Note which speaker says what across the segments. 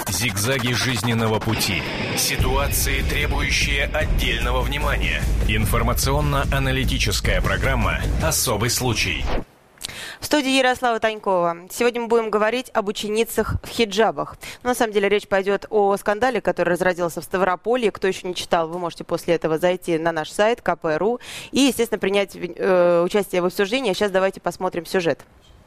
Speaker 1: Зигзаги жизненного пути. Ситуации, требующие отдельного внимания. Информационно-аналитическая программа «Особый случай».
Speaker 2: В студии Ярослава Танькова. Сегодня мы будем говорить об ученицах в хиджабах. Но на самом деле речь пойдет о скандале, который разразился в Ставрополье. Кто еще не читал, вы можете после этого зайти на наш сайт КП.ру и, естественно, принять участие в обсуждении. А сейчас давайте посмотрим сюжет.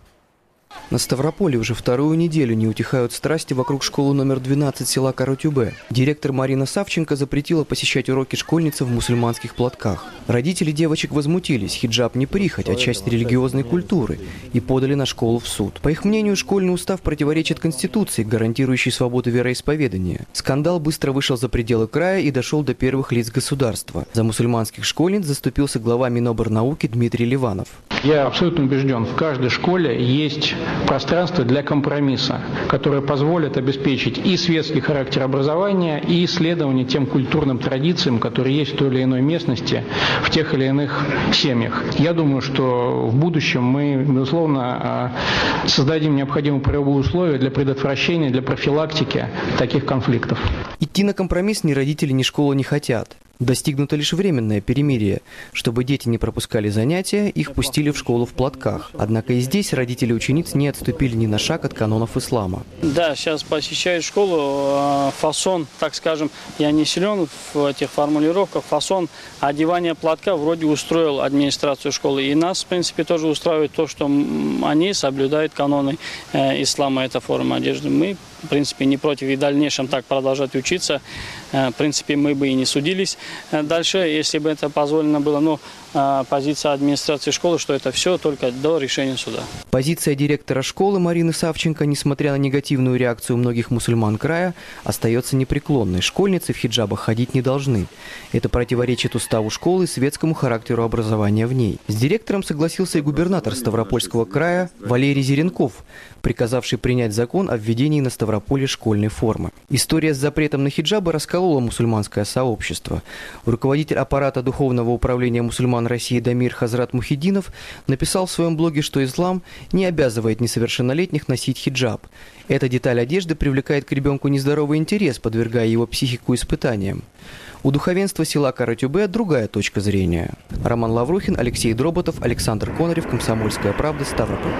Speaker 3: На Ставрополе уже вторую неделю не утихают страсти вокруг школы номер 12 села Каратюбе. Директор Марина Савченко запретила посещать уроки школьницы в мусульманских платках. Родители девочек возмутились. Хиджаб не прихоть, а часть религиозной культуры. И подали на школу в суд. По их мнению, школьный устав противоречит Конституции, гарантирующей свободу вероисповедания. Скандал быстро вышел за пределы края и дошел до первых лиц государства. За мусульманских школьниц заступился глава Миноборнауки Дмитрий Ливанов.
Speaker 4: Я абсолютно убежден, в каждой школе есть пространство для компромисса, которое позволит обеспечить и светский характер образования, и исследование тем культурным традициям, которые есть в той или иной местности, в тех или иных семьях. Я думаю, что в будущем мы, безусловно, создадим необходимые правовые условия для предотвращения, для профилактики таких конфликтов.
Speaker 3: Идти на компромисс ни родители, ни школа не хотят. Достигнуто лишь временное перемирие. Чтобы дети не пропускали занятия, их пустили в школу в платках. Однако и здесь родители учениц не отступили ни на шаг от канонов ислама.
Speaker 5: Да, сейчас посещаю школу. Фасон, так скажем, я не силен в этих формулировках. Фасон одевания платка вроде устроил администрацию школы. И нас, в принципе, тоже устраивает то, что они соблюдают каноны ислама. Это форма одежды. Мы, в принципе, не против и в дальнейшем так продолжать учиться. В принципе, мы бы и не судились дальше, если бы это позволено было. Но позиция администрации школы, что это все только до решения суда.
Speaker 3: Позиция директора школы Марины Савченко, несмотря на негативную реакцию многих мусульман края, остается непреклонной. Школьницы в хиджабах ходить не должны. Это противоречит уставу школы и светскому характеру образования в ней. С директором согласился и губернатор Ставропольского края Валерий Зеренков, приказавший принять закон о введении на Ставрополе школьной формы. История с запретом на хиджабы расколола мусульманское сообщество. Руководитель аппарата Духовного управления мусульман России Дамир Хазрат Мухиддинов написал в своем блоге, что ислам не обязывает несовершеннолетних носить хиджаб. Эта деталь одежды привлекает к ребенку нездоровый интерес, подвергая его психику испытаниям. У духовенства села Каратюбе другая точка зрения. Роман Лаврухин, Алексей Дроботов, Александр Конарев, Комсомольская правда, Ставрополь.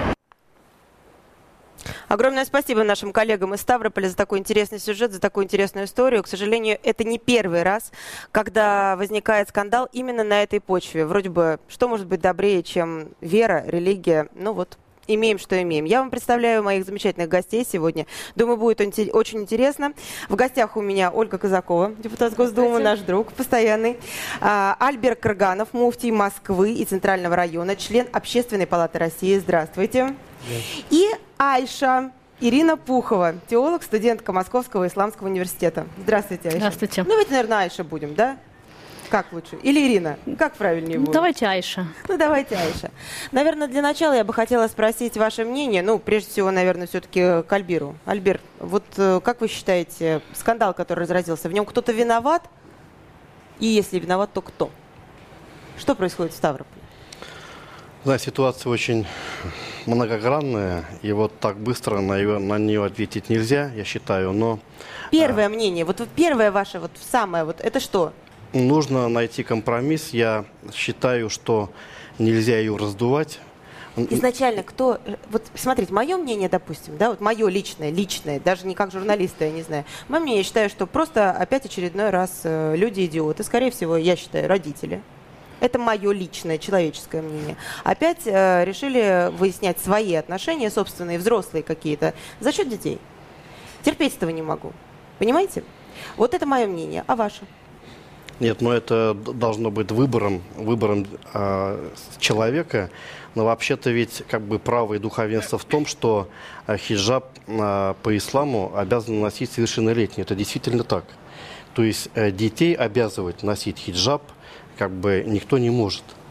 Speaker 2: Огромное спасибо нашим коллегам из Ставрополя за такой интересный сюжет, за такую интересную историю. К сожалению, это не первый раз, когда возникает скандал именно на этой почве. Вроде бы, что может быть добрее, чем вера, религия? Ну вот, имеем, что имеем. Я вам представляю моих замечательных гостей сегодня. Думаю, будет очень интересно. В гостях у меня Ольга Казакова, депутат Госдумы, наш друг постоянный. Альберт Карганов, муфтий Москвы и Центрального района, член Общественной палаты России. Здравствуйте. И Айша Ирина Пухова, теолог, студентка Московского исламского университета. Здравствуйте, Айша.
Speaker 6: Здравствуйте.
Speaker 2: Ну, ведь, наверное, Айша будем, да? Как лучше? Или Ирина? Как правильнее будет?
Speaker 6: Давайте Айша.
Speaker 2: Ну, давайте Айша. Наверное, для начала я бы хотела спросить ваше мнение. Ну, прежде всего, наверное, все-таки к Альберу. Альберт, вот как вы считаете, скандал, который разразился, в нем кто-то виноват? И если виноват, то кто? Что происходит в Ставрополе?
Speaker 7: Да, ситуация очень многогранная, и вот так быстро на нее ответить нельзя, я считаю, но...
Speaker 2: Первое мнение, вот первое ваше, вот самое, вот это что?
Speaker 7: Нужно найти компромисс, я считаю, что нельзя ее раздувать.
Speaker 2: Изначально кто... Вот смотрите, мое мнение, допустим, да, вот мое личное, даже не как журналиста, я не знаю. Мое мнение, я считаю, что просто опять очередной раз люди идиоты, скорее всего, я считаю, родители. Это мое личное, человеческое мнение. Опять решили выяснять свои отношения, собственные, взрослые какие-то, за счет детей. Терпеть этого не могу. Понимаете? Вот это мое мнение. А ваше?
Speaker 7: Нет, но это должно быть выбором человека. Но вообще-то ведь как бы право и духовенство в том, что хиджаб по исламу обязан носить совершеннолетний. Это действительно так. То есть детей обязывать носить хиджаб как бы никто не может.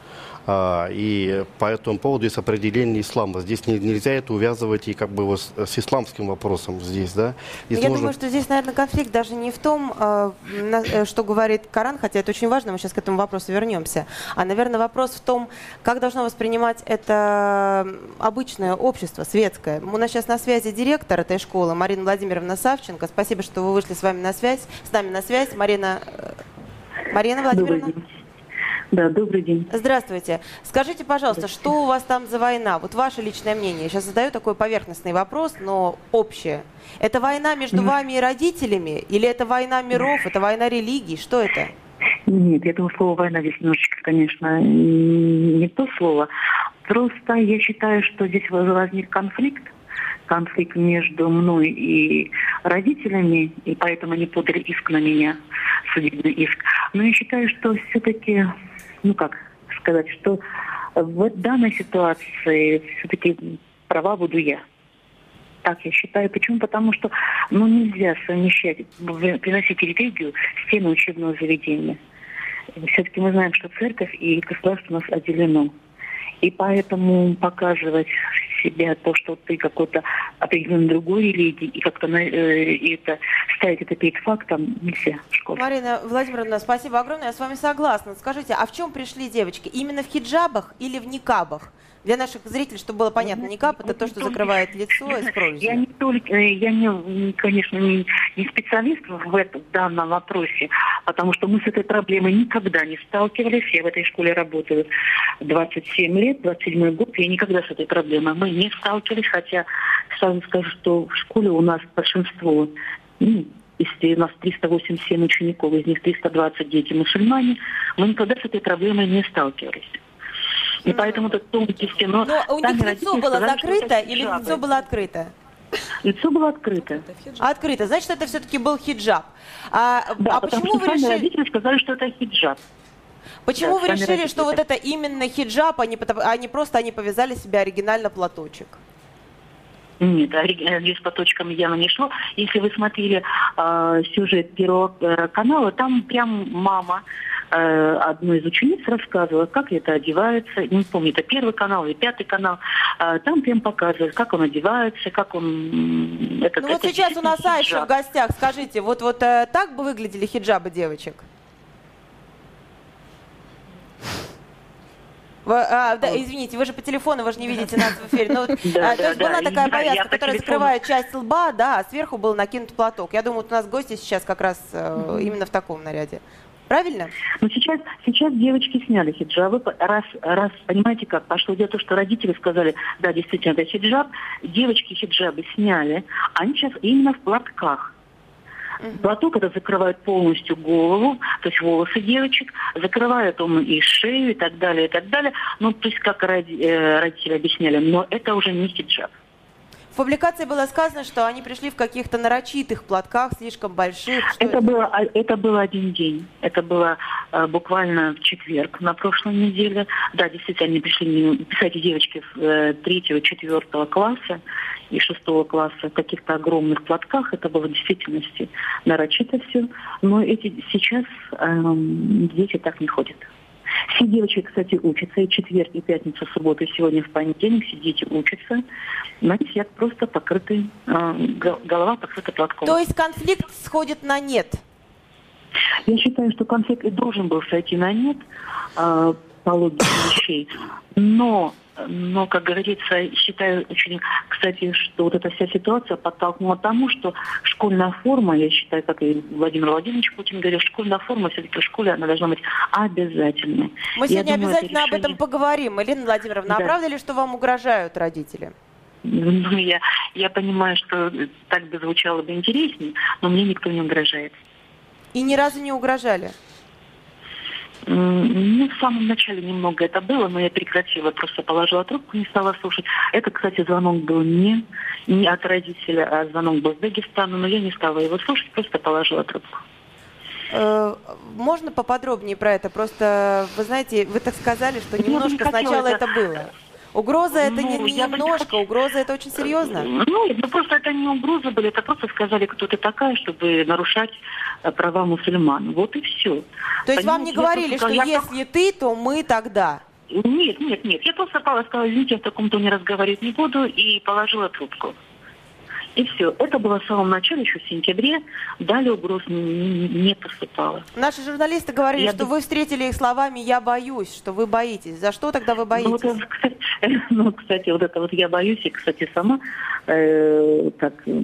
Speaker 7: И по этому поводу есть определение ислама. Здесь нельзя это увязывать и как бы вот с исламским вопросом здесь, да.
Speaker 2: Я думаю, что здесь, наверное, конфликт даже не в том, что говорит Коран, хотя это очень важно, мы сейчас к этому вопросу вернемся, а, наверное, вопрос в том, как должно воспринимать это обычное общество, светское. У нас сейчас на связи директор этой школы Марина Владимировна Савченко. Спасибо, что вы вышли с нами на связь. Марина Владимировна?
Speaker 6: Да, добрый день.
Speaker 2: Здравствуйте. Скажите, пожалуйста, что у вас там за война? Вот ваше личное мнение. Я сейчас задаю такой поверхностный вопрос, но общее. Это война между вами и родителями? Или это война миров, это война религий? Что это?
Speaker 6: Нет, я думаю, слово «война» здесь немножечко, конечно, не то слово. Просто я считаю, что здесь возник конфликт между мной и родителями, и поэтому они подали иск на меня, судебный иск. Но я считаю, что все-таки, что в данной ситуации все-таки права буду я. Так я считаю. Почему? Потому что нельзя совмещать, приносить религию в стены учебного заведения. Все-таки мы знаем, что церковь и государство у нас отделено. И поэтому показывать себя то, что ты какой-то определенной другой религии, и как-то ставить это перед фактом нельзя в школе.
Speaker 2: Марина Владимировна, спасибо огромное, я с вами согласна. Скажите, а в чем пришли девочки? Именно в хиджабах или в никабах? Для наших зрителей, чтобы было понятно, никаб это то, что закрывает лицо с прорезью.
Speaker 6: Конечно, не специалист в данном вопросе, потому что мы с этой проблемой никогда не сталкивались. Я в этой школе работаю 27 лет, 27-й год, и никогда с этой проблемой мы не сталкивались, хотя сразу скажу, что в школе у нас большинство, если у нас 387 учеников, из них 320 дети мусульмане, мы никогда с этой проблемой не сталкивались. И поэтому это тонкости.
Speaker 2: Но у них лицо было закрыто или лицо было открыто?
Speaker 6: Лицо было открыто.
Speaker 2: Открыто. Значит, это все-таки был хиджаб.
Speaker 6: Почему вы решили... родители сказали, что это хиджаб.
Speaker 2: Почему вы решили, что вот это именно хиджаб, а не просто они повязали себе оригинально платочек?
Speaker 6: Нет, с платочком явно не шло. Если вы смотрели сюжет Первого канала, там прям мама одной из учениц рассказывала, как это одевается. Не помню, это Первый канал или Пятый канал. Там прям показывают, как он одевается, как он...
Speaker 2: вот сейчас у нас Айша в гостях. Скажите, вот так бы выглядели хиджабы девочек? Извините, вы же по телефону, вы же не видите нас в эфире. То есть была такая повязка, которая закрывает часть лба, а сверху был накинут платок. Я думаю, у нас гости сейчас как раз именно в таком наряде. Правильно?
Speaker 6: Сейчас девочки сняли хиджабы. Раз, понимаете как, пошло дело то, что родители сказали, да, действительно, это хиджаб. Девочки хиджабы сняли, они сейчас именно в платках. Платок это закрывает полностью голову, то есть волосы девочек, закрывает он и шею и так далее, и так далее. То есть как родители объясняли, но это уже не хиджаб.
Speaker 2: В публикации было сказано, что они пришли в каких-то нарочитых платках, слишком больших.
Speaker 6: Это было один день. Это было буквально в четверг на прошлой неделе. Да, действительно, они пришли, кстати, девочки 3-4 класса и 6 класса в каких-то огромных платках. Это было в действительности нарочито все. Но сейчас дети так не ходят. Все девочки, кстати, учатся. И четверг, и пятница, суббота, и сегодня в понедельник все дети учатся. Но они сидят просто покрыты, голова покрыта платком.
Speaker 2: То есть конфликт сходит на нет?
Speaker 6: Я считаю, что конфликт и должен был сойти на нет по логике вещей. Но, как говорится, считаю очень, кстати, что вот эта вся ситуация подтолкнула к тому, что школьная форма, я считаю, как и Владимир Владимирович Путин говорил, школьная форма все-таки в школе она должна быть обязательной.
Speaker 2: Мы сегодня обязательно об этом поговорим. Елена Владимировна, а правда ли, что вам угрожают родители?
Speaker 6: Я понимаю, что так бы звучало бы интереснее, но мне никто не угрожает.
Speaker 2: И ни разу не угрожали?
Speaker 6: В самом начале немного это было, но я прекратила, просто положила трубку, не стала слушать. Это, кстати, звонок был не от родителя, а звонок был из Дагестана, но я не стала его слушать, просто положила трубку.
Speaker 2: Можно поподробнее про это? Просто, вы знаете, вы так сказали, что немножко сначала это было. Угроза это не немножко, угроза это очень серьезно.
Speaker 6: Просто это не угрозы были, это просто сказали, кто ты такая, чтобы нарушать права мусульман. Вот и все.
Speaker 2: То есть вам не говорили, что если ты, то мы тогда?
Speaker 6: Нет. Я просто сказала, извините, я в таком тоне разговаривать не буду, и положила трубку. И все. Это было в самом начале, еще в сентябре. Далее угроз не поступало.
Speaker 2: Наши журналисты говорили, что вы встретили их словами «я боюсь», что вы боитесь. За что тогда вы боитесь?
Speaker 6: Кстати, вот это вот «я боюсь», и, кстати, сама довольно,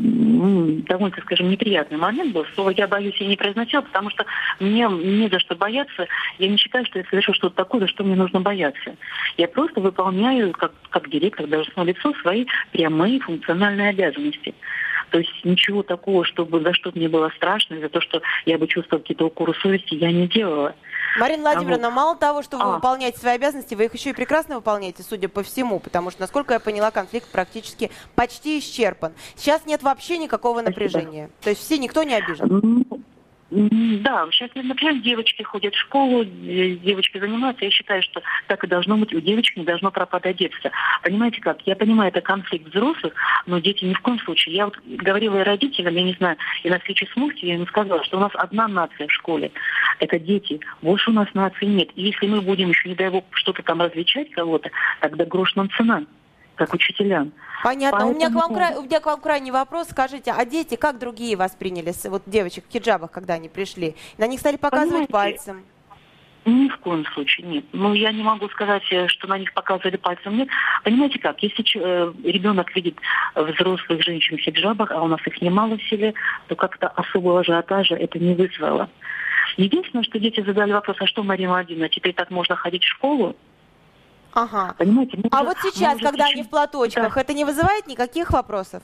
Speaker 6: так скажем, неприятный момент был. Слово «я боюсь» я не произносила, потому что мне не за что бояться. Я не считаю, что я совершил что-то такое, за что мне нужно бояться. Я просто выполняю, как директор, должностное лицо, свои прямые функциональные обязанности. То есть ничего такого, чтобы за что мне было страшно, за то, что я бы чувствовала какие-то укоры совести, я не делала.
Speaker 2: Марина Владимировна, мало того, что вы выполняете свои обязанности, вы их еще и прекрасно выполняете, судя по всему, потому что, насколько я поняла, конфликт практически почти исчерпан. Сейчас нет вообще никакого напряжения. То есть никто не обижен.
Speaker 6: Да, сейчас, например, девочки ходят в школу, девочки занимаются. Я считаю, что так и должно быть. У девочек не должно пропадать детство. Понимаете как? Я понимаю, это конфликт взрослых, но дети ни в коем случае. Я вот говорила и родителям, я не знаю, и на встрече с муфтией я им сказала, что у нас одна нация в школе. Это дети. Больше у нас нации нет. И если мы будем еще, не дай бог, что-то там различать кого-то, тогда грош нам цена, как учителям.
Speaker 2: Понятно. Поэтому... У меня к вам крайний вопрос. Скажите, а дети как другие восприняли, вот девочек в хиджабах, когда они пришли? На них стали показывать пальцем?
Speaker 6: Ни в коем случае нет. Я не могу сказать, что на них показывали пальцем. Нет. Понимаете как? Если ребенок видит взрослых женщин в хиджабах, а у нас их немало в селе, то как-то особого ажиотажа это не вызвало. Единственное, что дети задали вопрос, а что, Марина Владимировна, теперь так можно ходить в школу?
Speaker 2: Ага.
Speaker 6: Понимаете,
Speaker 2: вот сейчас, когда они в платочках, это не вызывает никаких вопросов?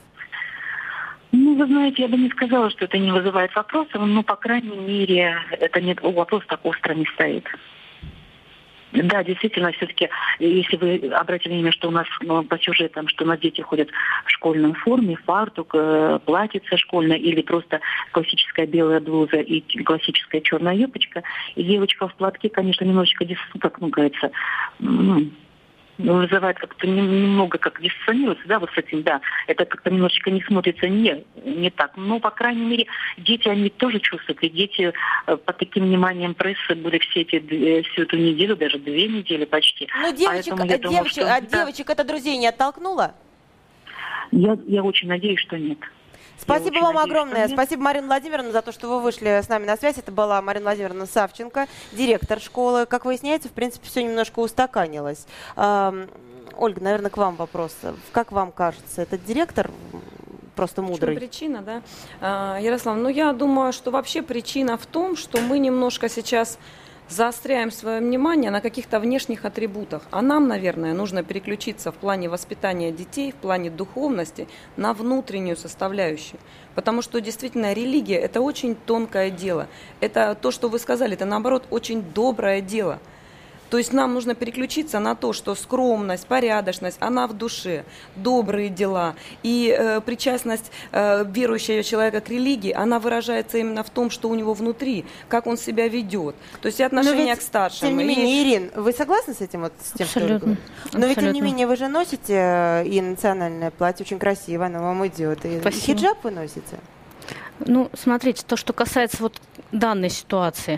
Speaker 6: Вы знаете, я бы не сказала, что это не вызывает вопросов, но, по крайней мере, вопрос так остро не стоит. Да, действительно, все-таки, если вы обратили внимание, что у нас по сюжетам, что у нас дети ходят в школьной форме, фартук, платьице школьное или просто классическая белая блуза и классическая черная юбочка, и девочка в платке, конечно, немножечко, как говорится, вызывает как-то немного как диссонируется, да, вот с этим, да, это как-то немножечко не смотрится не так. Но, по крайней мере, дети, они тоже чувствуют, и дети под таким вниманием прессы были всю эту неделю, даже 2 недели почти.
Speaker 2: Девочек это друзей не оттолкнуло?
Speaker 6: Я очень надеюсь, что нет.
Speaker 2: Спасибо вам огромное. Спасибо, Марина Владимировна, за то, что вы вышли с нами на связь. Это была Марина Владимировна Савченко, директор школы. Как выясняется, в принципе, все немножко устаканилось. Ольга, наверное, к вам вопрос. Как вам кажется, этот директор просто мудрый?
Speaker 8: В чем причина, да? Ярослав, я думаю, что вообще причина в том, что мы немножко сейчас заостряем свое внимание на каких-то внешних атрибутах. А нам, наверное, нужно переключиться в плане воспитания детей, в плане духовности на внутреннюю составляющую. Потому что действительно религия – это очень тонкое дело. Это то, что вы сказали, это наоборот очень доброе дело. То есть нам нужно переключиться на то, что скромность, порядочность, она в душе, добрые дела. И причастность верующего человека к религии, она выражается именно в том, что у него внутри, как он себя ведет. То есть отношение к старшим.
Speaker 2: Тем не менее, Ирин, вы согласны с этим? С тем,
Speaker 8: абсолютно.
Speaker 2: Но ведь, тем не менее, вы же носите и национальное платье, очень красиво, оно вам идет. И хиджаб вы носите?
Speaker 9: Смотрите, то, что касается данной ситуации.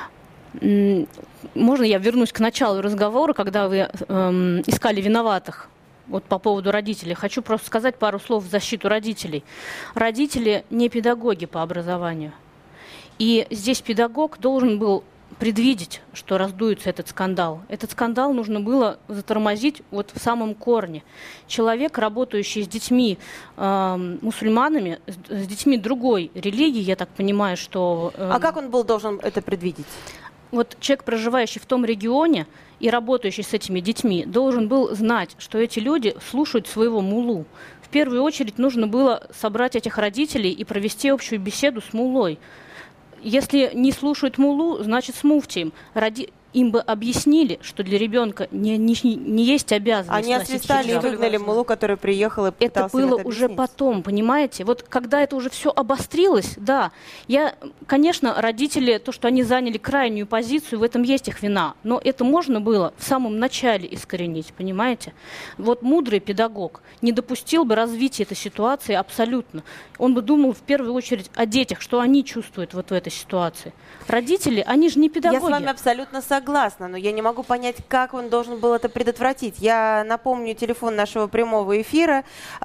Speaker 9: Можно я вернусь к началу разговора, когда вы искали виноватых по поводу родителей? Хочу просто сказать пару слов в защиту родителей. Родители не педагоги по образованию. И здесь педагог должен был предвидеть, что раздуется этот скандал. Этот скандал нужно было затормозить в самом корне. Человек, работающий с детьми мусульманами, с детьми другой религии, я так понимаю, что...
Speaker 2: А как он должен это предвидеть?
Speaker 9: Человек, проживающий в том регионе и работающий с этими детьми, должен был знать, что эти люди слушают своего муллу. В первую очередь нужно было собрать этих родителей и провести общую беседу с муллой. Если не слушают муллу, значит с муфтием. Им бы объяснили, что для ребенка не есть обязанность.
Speaker 2: Они освистали и выгнали муллу, который приехал и пытался
Speaker 9: это было уже потом, понимаете? Когда это уже все обострилось, да. Конечно, родители, то, что они заняли крайнюю позицию, в этом есть их вина. Но это можно было в самом начале искоренить, понимаете? Мудрый педагог не допустил бы развития этой ситуации абсолютно. Он бы думал в первую очередь о детях, что они чувствуют в этой ситуации. Родители, они же не педагоги.
Speaker 2: Я с вами абсолютно согласна. согласна, но я не могу понять, как он должен был это предотвратить. Я напомню телефон нашего прямого эфира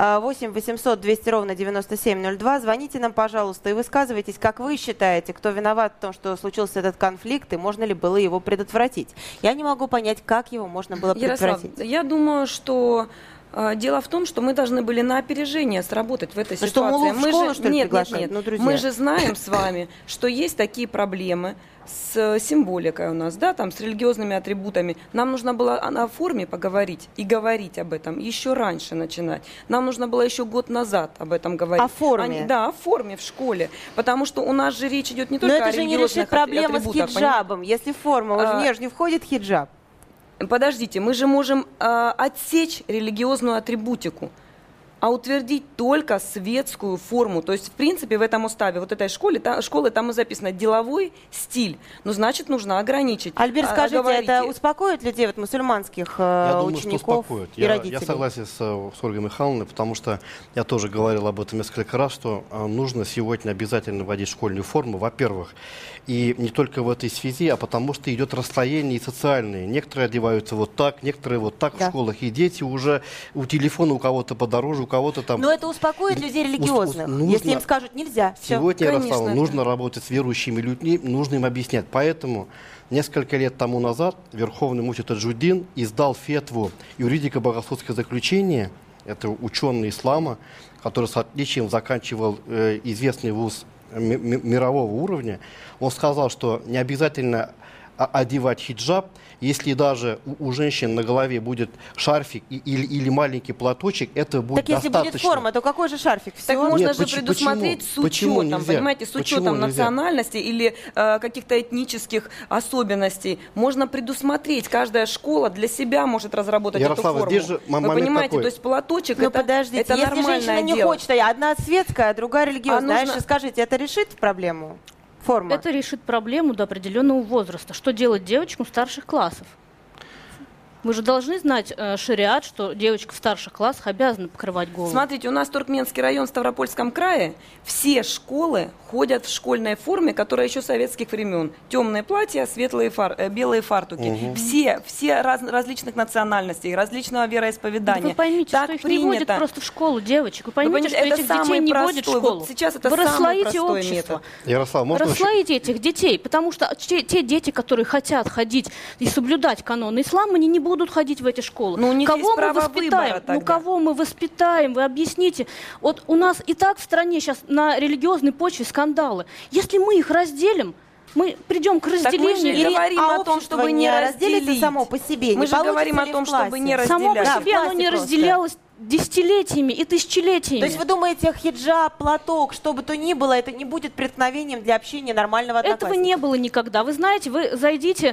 Speaker 2: 8 800 200 ровно 9702. Звоните нам, пожалуйста, и высказывайтесь, как вы считаете, кто виноват в том, что случился этот конфликт, и можно ли было его предотвратить. Я не могу понять, как его можно было предотвратить.
Speaker 8: Ярослав, я думаю, что дело в том, что мы должны были на опережение сработать в этой ситуации.
Speaker 2: Что, мол, в школу, что ли,
Speaker 8: нет,
Speaker 2: приглашать? Ну, друзья.
Speaker 8: Мы же знаем с вами, что есть такие проблемы с символикой у нас, да, там, с религиозными атрибутами. Нам нужно было о форме поговорить и говорить об этом еще раньше начинать. Нам нужно было еще год назад об этом говорить.
Speaker 2: О форме?
Speaker 8: Да, о форме в школе. Потому что у нас же речь идет не только о религиозных атрибутах.
Speaker 2: Но это же не решит проблему с хиджабом, если форма в нижнюю входит хиджаб.
Speaker 8: Подождите, мы же можем отсечь религиозную атрибутику, а утвердить только светскую форму. То есть, в принципе, в этом уставе вот этой школы там и записано деловой стиль. Ну, значит, нужно ограничить.
Speaker 2: Альберт, скажите, это успокоит людей, вот, мусульманских учеников и родителей?
Speaker 7: Я согласен с Ольгой Михайловной, потому что я тоже говорил об этом несколько раз, что нужно сегодня обязательно вводить школьную форму, во-первых. И не только в этой связи, а потому что идет расслоение и социальное. Некоторые одеваются вот так, некоторые вот так в школах. И дети уже у телефона у кого-то подороже, у кого-то там...
Speaker 2: Но это успокоит людей религиозных, если им скажут нельзя.
Speaker 7: Сегодня, Ярослав, нужно работать с верующими людьми, нужно им объяснять. Поэтому несколько лет тому назад Верховный муфти Таджуддин издал фетву юридико-богословское заключение. Это ученый ислама, который с отличием заканчивал известный вуз мирового уровня. Он сказал, что не обязательно одевать хиджаб, если даже у женщин на голове будет шарфик или маленький платочек, это будет достаточно.
Speaker 2: Так если будет форма, то какой же шарфик?
Speaker 8: Так можно же предусмотреть с учетом, понимаете, с учетом национальности или каких-то этнических особенностей. Можно предусмотреть, каждая школа для себя может разработать эту форму.
Speaker 7: Здесь же
Speaker 8: вы понимаете, то есть платочек это нормальное дело.
Speaker 2: Если женщина не хочет, одна светская, а другая религиозная, скажите, это решит проблему? Форма.
Speaker 9: Это решит проблему до определенного возраста. Что делать девочкам старших классов? Мы же должны знать шариат, что девочка в старших классах обязана покрывать голову.
Speaker 8: Смотрите, у нас Туркменский район в Ставропольском крае. Все школы ходят в школьной форме, которая еще советских времен. Темные платья, светлые белые фартуки. Все различных национальностей, различного вероисповедания.
Speaker 9: Да вы поймите, так что их
Speaker 8: принято.
Speaker 9: не водят просто в школу, девочек. Вы поймите, что этих детей не водят в школу.
Speaker 8: Вот сейчас это
Speaker 9: вы
Speaker 8: самый
Speaker 9: расслоите
Speaker 8: простой
Speaker 9: общество.
Speaker 8: метод.
Speaker 7: Ярослав,
Speaker 9: расслоите этих детей, потому что те дети, которые хотят ходить и соблюдать каноны ислама, они не будут ходить в эти школы.
Speaker 8: Но у них
Speaker 9: кого
Speaker 8: есть
Speaker 9: мы
Speaker 8: право
Speaker 9: воспитаем?
Speaker 8: выбора
Speaker 9: Ну, кого мы воспитаем? Вы объясните. Вот у нас и так в стране сейчас на религиозной почве скандалы. Если мы их разделим, мы придем к разделению.
Speaker 8: Так мы же говорим о том, чтобы не разделить.
Speaker 2: Само по себе.
Speaker 8: Мы же говорим о том, чтобы не разделять.
Speaker 9: Само по себе оно не разделялось десятилетиями и тысячелетиями.
Speaker 2: То есть вы думаете, хиджаб, платок, что бы то ни было, это не будет преткновением для общения нормального одноклассника?
Speaker 9: Этого не было никогда. Вы знаете, вы зайдите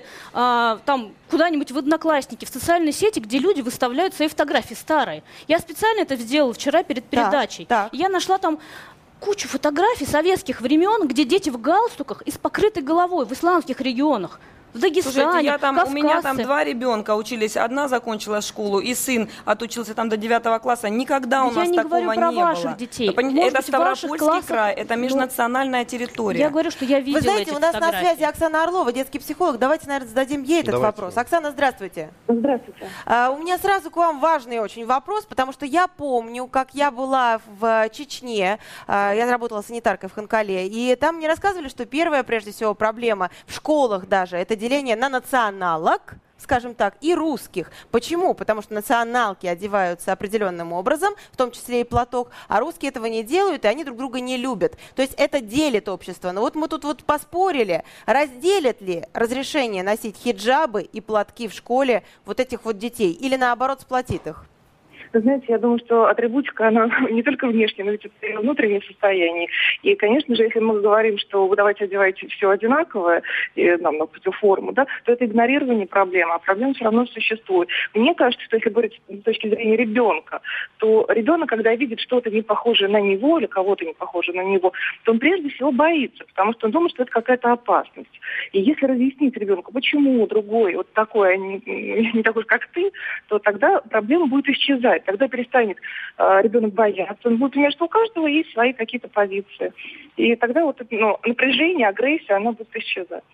Speaker 9: там куда-нибудь в Одноклассники, в социальные сети, где люди выставляют свои фотографии старые. Я специально это сделала вчера перед передачей.
Speaker 2: Так.
Speaker 9: Я нашла там кучу фотографий советских времен, где дети в галстуках и с покрытой головой в исламских регионах. В Дагестане,
Speaker 8: у меня там 2 ребенка учились, одна закончила школу, и сын отучился там до 9 класса. Никогда у нас такого не было. Я не говорю про ваших
Speaker 9: детей.
Speaker 8: Это Ставропольский край, это межнациональная территория.
Speaker 9: Я говорю, что я видела.
Speaker 2: Вы знаете, у нас на связи Оксана Орлова, детский психолог. Давайте, наверное, зададим ей этот вопрос. Оксана, здравствуйте.
Speaker 6: Здравствуйте.
Speaker 2: У меня сразу к вам важный очень вопрос, потому что я помню, как я была в Чечне, я работала санитаркой в Ханкале, и там мне рассказывали, что первая, прежде всего, проблема в школах даже, это деление на националок, скажем так, и русских. Почему? Потому что националки одеваются определенным образом, в том числе и платок, а русские этого не делают, и они друг друга не любят. То есть это делит общество. Но вот мы тут вот поспорили, разделят ли разрешение носить хиджабы и платки в школе вот этих вот детей, или наоборот сплотит их?
Speaker 6: Вы знаете, я думаю, что атрибутика, она не только внешняя, но ведь это и внутреннее состояние. И, конечно же, если мы говорим, что вы давайте одевайте все одинаковое, нам на какую-то форму, да, то это игнорирование проблемы, а проблема все равно существует. Мне кажется, что если говорить с точки зрения ребенка, то ребенок, когда видит что-то не похожее на него или кого-то не похожее на него, то он прежде всего боится, потому что он думает, что это какая-то опасность. И если разъяснить ребенку, почему другой вот такой, а не такой, как ты, то тогда проблема будет исчезать. Тогда перестанет ребенок бояться. Он будет понимать, что у каждого есть свои какие-то позиции. И тогда вот напряжение, агрессия, она будет исчезать.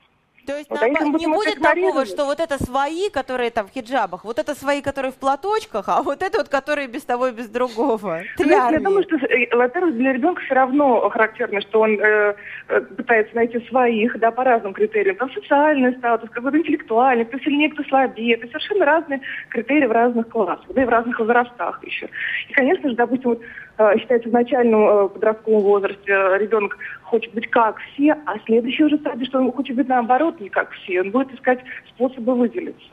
Speaker 2: То есть
Speaker 10: Вот,
Speaker 2: не будет такого, что вот это свои, которые там в хиджабах, вот это свои, которые в платочках, а вот это вот, которые без того и без другого.
Speaker 10: Я думаю, что, во-первых, для ребенка все равно характерно, что он пытается найти своих, да, по разным критериям. Там социальный статус, какой-то интеллектуальный, кто сильнее, кто слабее. Это совершенно разные критерии в разных классах, да и в разных возрастах еще. И, конечно же, допустим, вот, считается, в начальном подростковом возрасте ребенок хочет быть как все, а следующий уже стадия, что он хочет быть наоборот не как все. Он будет искать способы выделиться.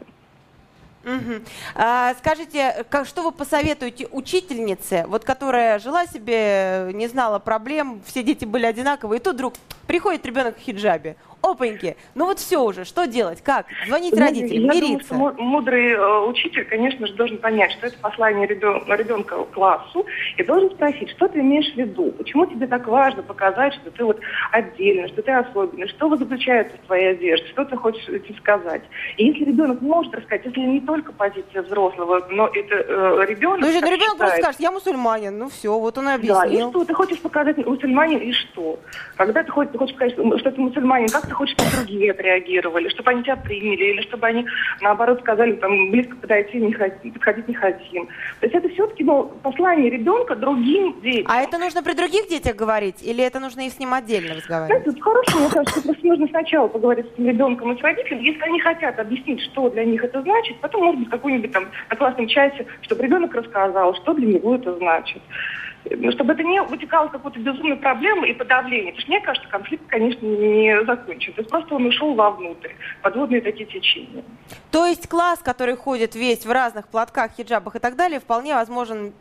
Speaker 2: Скажите, что вы посоветуете учительнице, вот которая жила себе, не знала проблем, все дети были одинаковые, и тут вдруг приходит ребенок в хиджабе. Опаньки, ну вот все уже, что делать, как? Звонить родителям, мириться?
Speaker 10: Думаю, что мудрый учитель, конечно же, должен понять, что это послание ребенка классу, и должен спросить, что ты имеешь в виду, почему тебе так важно показать, что ты вот отдельно, что ты особенный, что заключается в твоей одежде, что ты хочешь этим сказать. И если ребенок может рассказать, если не только позиция взрослого, но это ребенок...
Speaker 2: Ну, ребенок просто скажет, я мусульманин, ну все, вот он и объяснил.
Speaker 10: Да, и что, ты хочешь показать мусульманин, и что? Когда ты хочешь сказать, что ты мусульманин, как ты хочешь, чтобы другие отреагировали, чтобы они тебя приняли, или чтобы они, наоборот, сказали, там, близко подойти не хотим, подходить не хотим. То есть это все-таки послание ребенка другим детям.
Speaker 2: А это нужно при других детях говорить, или это нужно и с ним отдельно разговаривать?
Speaker 10: Знаете, хорошо, мне кажется, просто нужно сначала поговорить с ребенком и с родителями, если они хотят объяснить, что для них это значит, потом, может быть, какой-нибудь там на классном чате, чтобы ребенок рассказал, что для него это значит. Чтобы это не вытекало в какую-то безумную проблему и подавление. Потому что мне кажется, конфликт, конечно, не закончен. То есть просто он ушел вовнутрь. Подводные такие течения.
Speaker 2: То есть класс, который ходит весь в разных платках, хиджабах и так далее, вполне возможно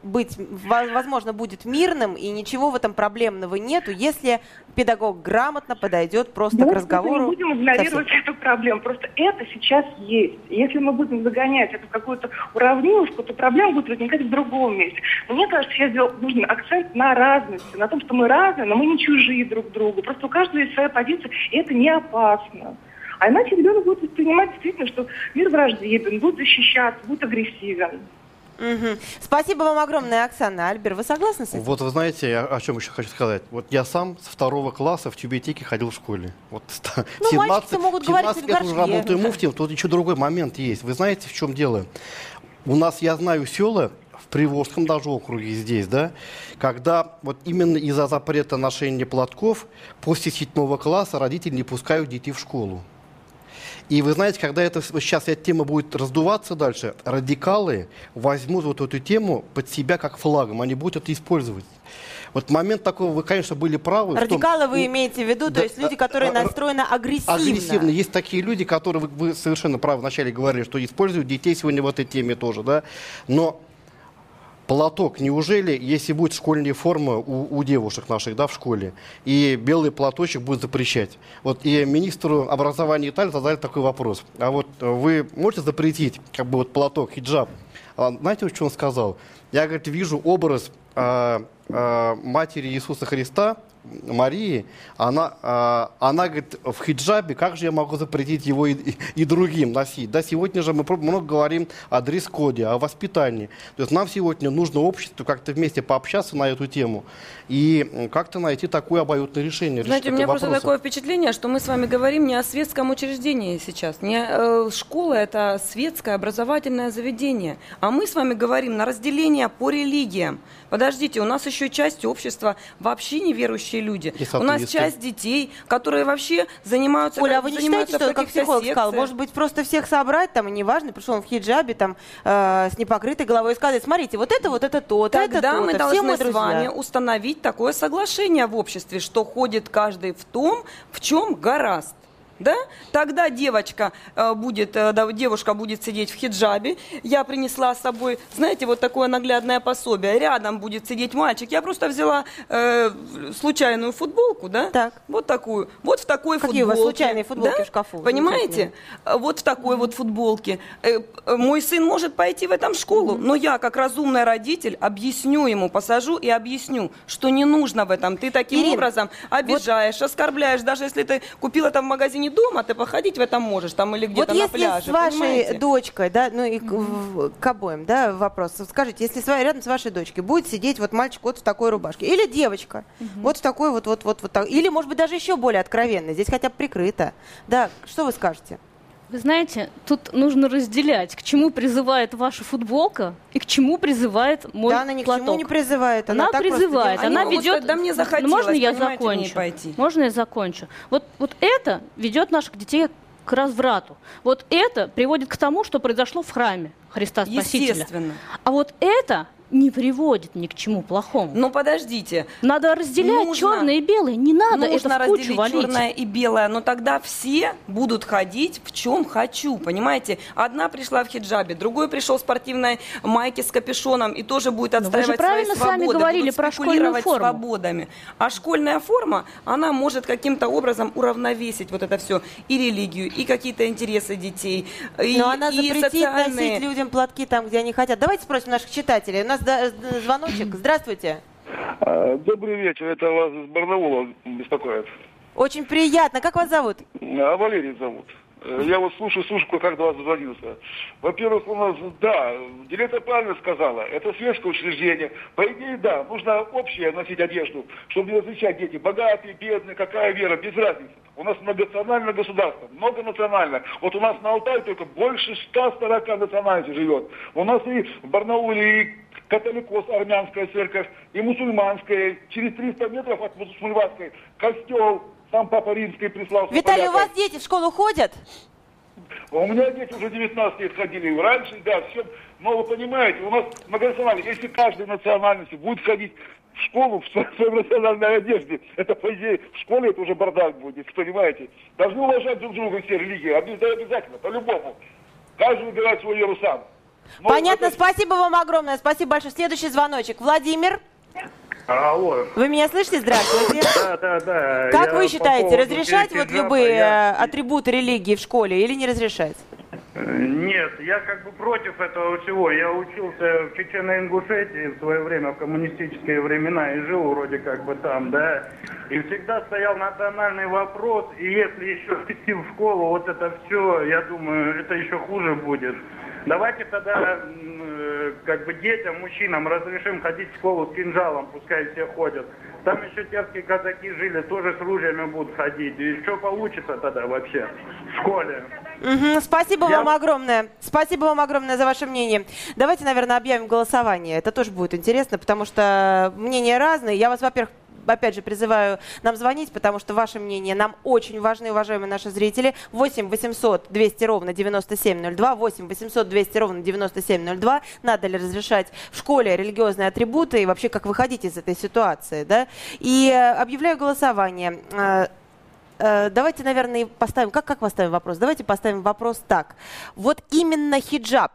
Speaker 2: будет мирным, и ничего в этом проблемного нету, если педагог грамотно подойдет просто к разговору.
Speaker 10: Мы не будем игнорировать эту проблему. Просто это сейчас есть. Если мы будем загонять это в какую-то уравниловку, то проблема будет возникать в другом месте. Мне кажется, я сделал нужный акцент на разности, на том, что мы разные, но мы не чужие друг другу. Просто у каждого есть своя позиция, и это не опасно. А иначе ребенок будет воспринимать действительно, что мир враждебен, будет защищаться, будет агрессивен.
Speaker 2: Спасибо вам огромное, Оксана. Альбер, вы согласны с этим?
Speaker 7: Вот вы знаете, о чем еще хочу сказать. Вот я сам с 2 класса в Тюбетейке ходил в школе. Вот 17 лет уже работаю муфтием, тут еще другой момент есть. Вы знаете, в чем дело? У нас, я знаю, села в Приволжском даже округе здесь, да, когда вот именно из-за запрета ношения платков после 7 класса родители не пускают детей в школу. И вы знаете, когда сейчас эта тема будет раздуваться дальше, радикалы возьмут вот эту тему под себя как флагом, они будут это использовать. Вот момент такой, вы, конечно, были правы.
Speaker 2: Радикалы вы имеете в виду, то есть люди, которые настроены агрессивно?
Speaker 7: Агрессивно. Есть такие люди, которые, вы совершенно правы вначале говорили, что используют детей сегодня в этой теме тоже, да. Но платок, неужели, если будет школьная форма у девушек наших, да, в школе, и белый платочек будет запрещать? Вот и министру образования Италии задали такой вопрос. А вот вы можете запретить, как бы, вот платок, хиджаб? Знаете, что он сказал? Я, говорит, вижу образ матери Иисуса Христа, Марии, она говорит, в хиджабе, как же я могу запретить его и другим носить? Да, сегодня же мы много говорим о дресс-коде, о воспитании. То есть нам сегодня нужно обществу как-то вместе пообщаться на эту тему и как-то найти такое обоюдное решение.
Speaker 8: Знаете, у меня просто такое впечатление, что мы с вами говорим не о светском учреждении сейчас. Школа – это светское образовательное заведение. А мы с вами говорим на разделение по религиям. Подождите, у нас еще часть общества вообще неверующие люди. У нас часть детей, которые вообще занимаются...
Speaker 2: Оля, а вы не считаете, что, как психолог сказал, может быть, просто всех собрать, там, и неважно, пришел он в хиджабе, там, с непокрытой головой, и сказать, смотрите, вот это то,
Speaker 8: тогда мы должны с вами установить такое соглашение в обществе, что ходит каждый в том, в чем горазд. Да? Тогда девушка будет сидеть в хиджабе. Я принесла с собой, знаете, вот такое наглядное пособие. Рядом будет сидеть мальчик. Я просто взяла случайную футболку, да?
Speaker 2: Так.
Speaker 8: Вот такую. Вот в такой
Speaker 2: Какие
Speaker 8: футболке.
Speaker 2: У вас случайные футболки,
Speaker 8: да?
Speaker 2: в шкафу?
Speaker 8: Понимаете? Вот в такой вот футболке. Мой сын может пойти в этом школу, но я, как разумный родитель, объясню ему, посажу и объясню, что не нужно в этом. Ты таким образом обижаешь, оскорбляешь. Даже если ты купил это в магазине не дома, ты походить в этом можешь, там или где-то на пляже.
Speaker 2: Вот если с вашей дочкой, да, ну и к обоим, да, вопрос. Скажите, если рядом с вашей дочкой будет сидеть вот мальчик вот в такой рубашке, или девочка, вот в такой вот так, или, может быть, даже еще более откровенно, здесь хотя бы прикрыто. Да, что вы скажете?
Speaker 9: Вы знаете, тут нужно разделять, к чему призывает ваша футболка и к чему призывает мой платок.
Speaker 2: Да, она ни к чему не призывает.
Speaker 9: Она призывает, она ведет...
Speaker 8: Да мне захотелось,
Speaker 9: можно я
Speaker 8: закончу?
Speaker 9: Пойти? Можно я закончу? Вот это ведет наших детей к разврату. Вот это приводит к тому, что произошло в храме Христа Спасителя.
Speaker 8: Естественно.
Speaker 9: А вот это не приводит ни к чему плохому.
Speaker 8: Ну, подождите.
Speaker 9: Надо разделять черное и белое. Не надо это в кучу валить.
Speaker 8: Черное и белое, но тогда все будут ходить в чем хочу, понимаете? Одна пришла в хиджабе, другой пришел в спортивной майке с капюшоном и тоже будет отстаивать свои свободы.
Speaker 9: Сами говорили про школьную форму.
Speaker 8: Свободами. А школьная форма, она может каким-то образом уравновесить вот это все. И религию, и какие-то интересы детей.
Speaker 2: Но она запретит носить людям платки там, где они хотят. Давайте спросим наших читателей. У нас звоночек. Здравствуйте.
Speaker 11: Добрый вечер. Это вас из Барнаула беспокоит.
Speaker 2: Очень приятно. Как вас зовут?
Speaker 11: Валерий зовут. Я вот слушаю, как до вас звонился. Во-первых, у нас, да, директор правильно сказала, это светское учреждение. По идее, да, нужно общее носить одежду, чтобы не различать дети. Богатые, бедные, какая вера, без разницы. У нас многонациональное государство, многонациональное. Вот у нас на Алтае только больше 140 национальностей живет. У нас и в Барнауле и католикос, армянская церковь, и мусульманская. Через 300 метров от мусульманской костел. Сам Папа Римский прислал.
Speaker 2: Виталий, у вас дети в школу ходят?
Speaker 11: У меня дети уже 19 лет ходили. Раньше, да, все. Но вы понимаете, у нас многонациональность. Если каждой национальности будет ходить в школу в своей национальной одежде, это, по идее, в школе это уже бардак будет, понимаете? Должны уважать друг друга все религии. Обязательно, по-любому. Каждый выбирает свой веру сам. Но
Speaker 2: понятно, это... Спасибо вам огромное. Спасибо большое. Следующий звоночек. Владимир.
Speaker 12: Алло.
Speaker 2: Вы меня слышите? Здравствуйте.
Speaker 12: Да.
Speaker 2: Как вы считаете, разрешать вот любые атрибуты религии в школе или не разрешать?
Speaker 12: Нет, я как бы против этого всего. Я учился в Чечено-Ингушетии в свое время, в коммунистические времена, и жил вроде как бы там, да. И всегда стоял национальный вопрос, и если еще идти в школу, вот это все, я думаю, это еще хуже будет. Давайте тогда как бы детям, мужчинам разрешим ходить в школу с кинжалом, пускай все ходят. Там еще терские казаки жили, тоже с ружьями будут ходить. И что получится тогда вообще в школе?
Speaker 2: Спасибо вам огромное. Спасибо вам огромное за ваше мнение. Давайте, наверное, объявим голосование. Это тоже будет интересно, потому что мнения разные. Я вас, во-первых, опять же, призываю нам звонить, потому что ваше мнение нам очень важны, уважаемые наши зрители. 8 800 200 ровно 9702, 8 800 200 ровно 9702. Надо ли разрешать в школе религиозные атрибуты и вообще как выходить из этой ситуации, да? И объявляю голосование. Давайте, наверное, поставим... Как поставим вопрос? Давайте поставим вопрос так. Вот именно хиджаб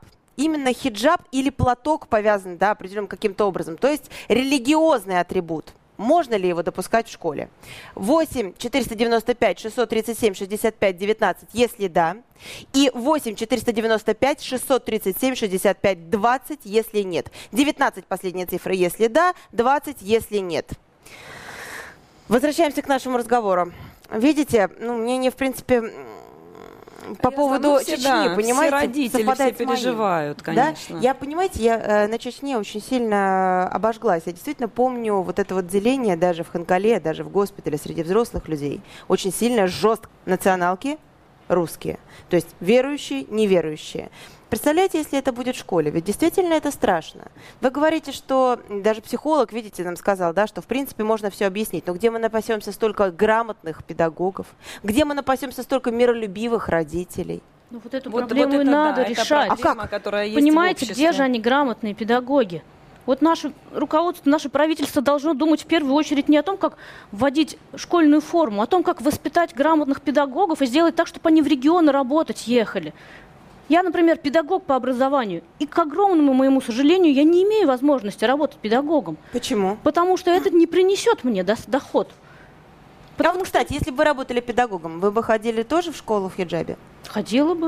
Speaker 2: или платок повязан, да, определенным каким-то образом, то есть религиозный атрибут. Можно ли его допускать в школе? 8 495 637 65 19, если да. И 8 495 637 65 20, если нет. 19 последняя цифра, если да. 20, если нет. Возвращаемся к нашему разговору. Видите, мнение, в принципе... По поводу Чечни, понимаете,
Speaker 8: все родители все переживают, конечно.
Speaker 2: Да? Я на Чечне очень сильно обожглась. Я действительно помню вот это вот деление даже в Ханкале, даже в госпитале среди взрослых людей. Очень сильно жестко националки русские, то есть верующие, неверующие. Представляете, если это будет в школе? Ведь действительно это страшно. Вы говорите, что даже психолог, видите, нам сказал, да, что в принципе можно все объяснить. Но где мы напасемся столько грамотных педагогов? Где мы напасемся столько миролюбивых родителей?
Speaker 9: Ну вот эту проблему и надо решать.
Speaker 2: А как?
Speaker 9: Понимаете, где же они грамотные педагоги? Вот наше руководство, наше правительство должно думать в первую очередь не о том, как вводить школьную форму, а о том, как воспитать грамотных педагогов и сделать так, чтобы они в регионы работать ехали. Я, например, педагог по образованию, и, к огромному моему сожалению, я не имею возможности работать педагогом.
Speaker 2: Почему?
Speaker 9: Потому что это не принесет мне доход.
Speaker 2: Кстати, если бы вы работали педагогом, вы бы ходили тоже в школу в хиджабе?
Speaker 9: Ходила бы.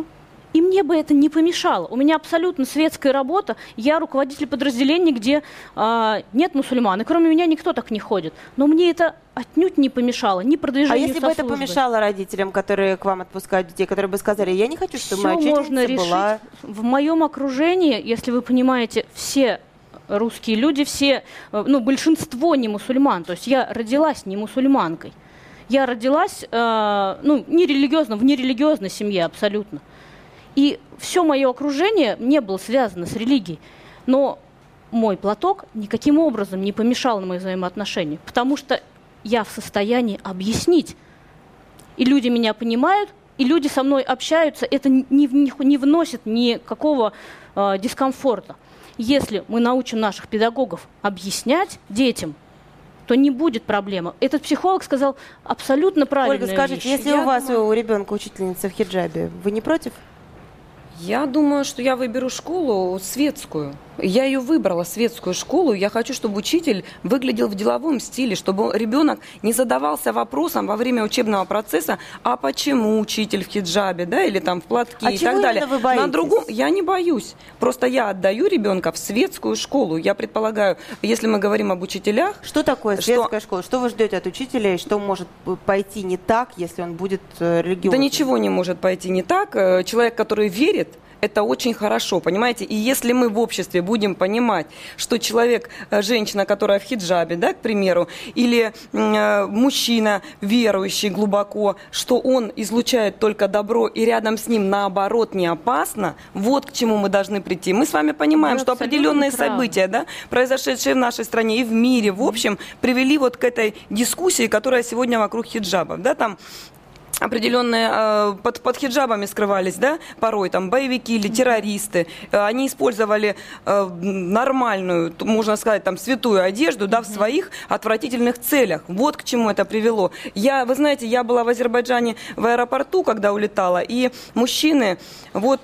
Speaker 9: И мне бы это не помешало. У меня абсолютно светская работа. Я руководитель подразделения, где нет мусульман. И кроме меня никто так не ходит. Но мне это отнюдь не помешало, ни продвижению
Speaker 2: А если бы это помешало родителям, которые к вам отпускают детей, которые бы сказали, я не хочу, чтобы моя учительница была...
Speaker 9: В моем окружении, если вы понимаете, все русские люди, все, большинство не мусульман. То есть я родилась не мусульманкой. Я родилась в нерелигиозной семье абсолютно. И все мое окружение не было связано с религией. Но мой платок никаким образом не помешал на мои взаимоотношения, потому что я в состоянии объяснить. И люди меня понимают, и люди со мной общаются. Это не вносит никакого дискомфорта. Если мы научим наших педагогов объяснять детям, то не будет проблемы. Этот психолог сказал абсолютно правильную вещь.
Speaker 2: Ольга, скажите, если у ребенка учительница в хиджабе, вы не против?
Speaker 8: Я думаю, что я выберу школу светскую. Я ее выбрала, светскую школу. Я хочу, чтобы учитель выглядел в деловом стиле, чтобы ребенок не задавался вопросом во время учебного процесса, а почему учитель в хиджабе, да, или там в платке и так далее.
Speaker 2: Вы боитесь?
Speaker 8: На другом я не боюсь. Просто я отдаю ребенка в светскую школу. Я предполагаю, если мы говорим об учителях...
Speaker 2: Что такое светская школа? Что вы ждете от учителя? И что может пойти не так, если он будет религиозным?
Speaker 8: Да ничего не может пойти не так. Человек, который верит, это очень хорошо, понимаете? И если мы в обществе будем понимать, что человек, женщина, которая в хиджабе, да, к примеру, или мужчина, верующий глубоко, что он излучает только добро, и рядом с ним, наоборот, не опасно, вот к чему мы должны прийти. Мы с вами понимаем, что определенные события, да, произошедшие в нашей стране и в мире, в общем, привели вот к этой дискуссии, которая сегодня вокруг хиджабов, да, там определенные под хиджабами скрывались, да, порой там боевики или террористы. Они использовали нормальную, можно сказать, там святую одежду, да, в своих отвратительных целях. Вот к чему это привело. Вы знаете, я была в Азербайджане в аэропорту, когда улетала, и мужчины вот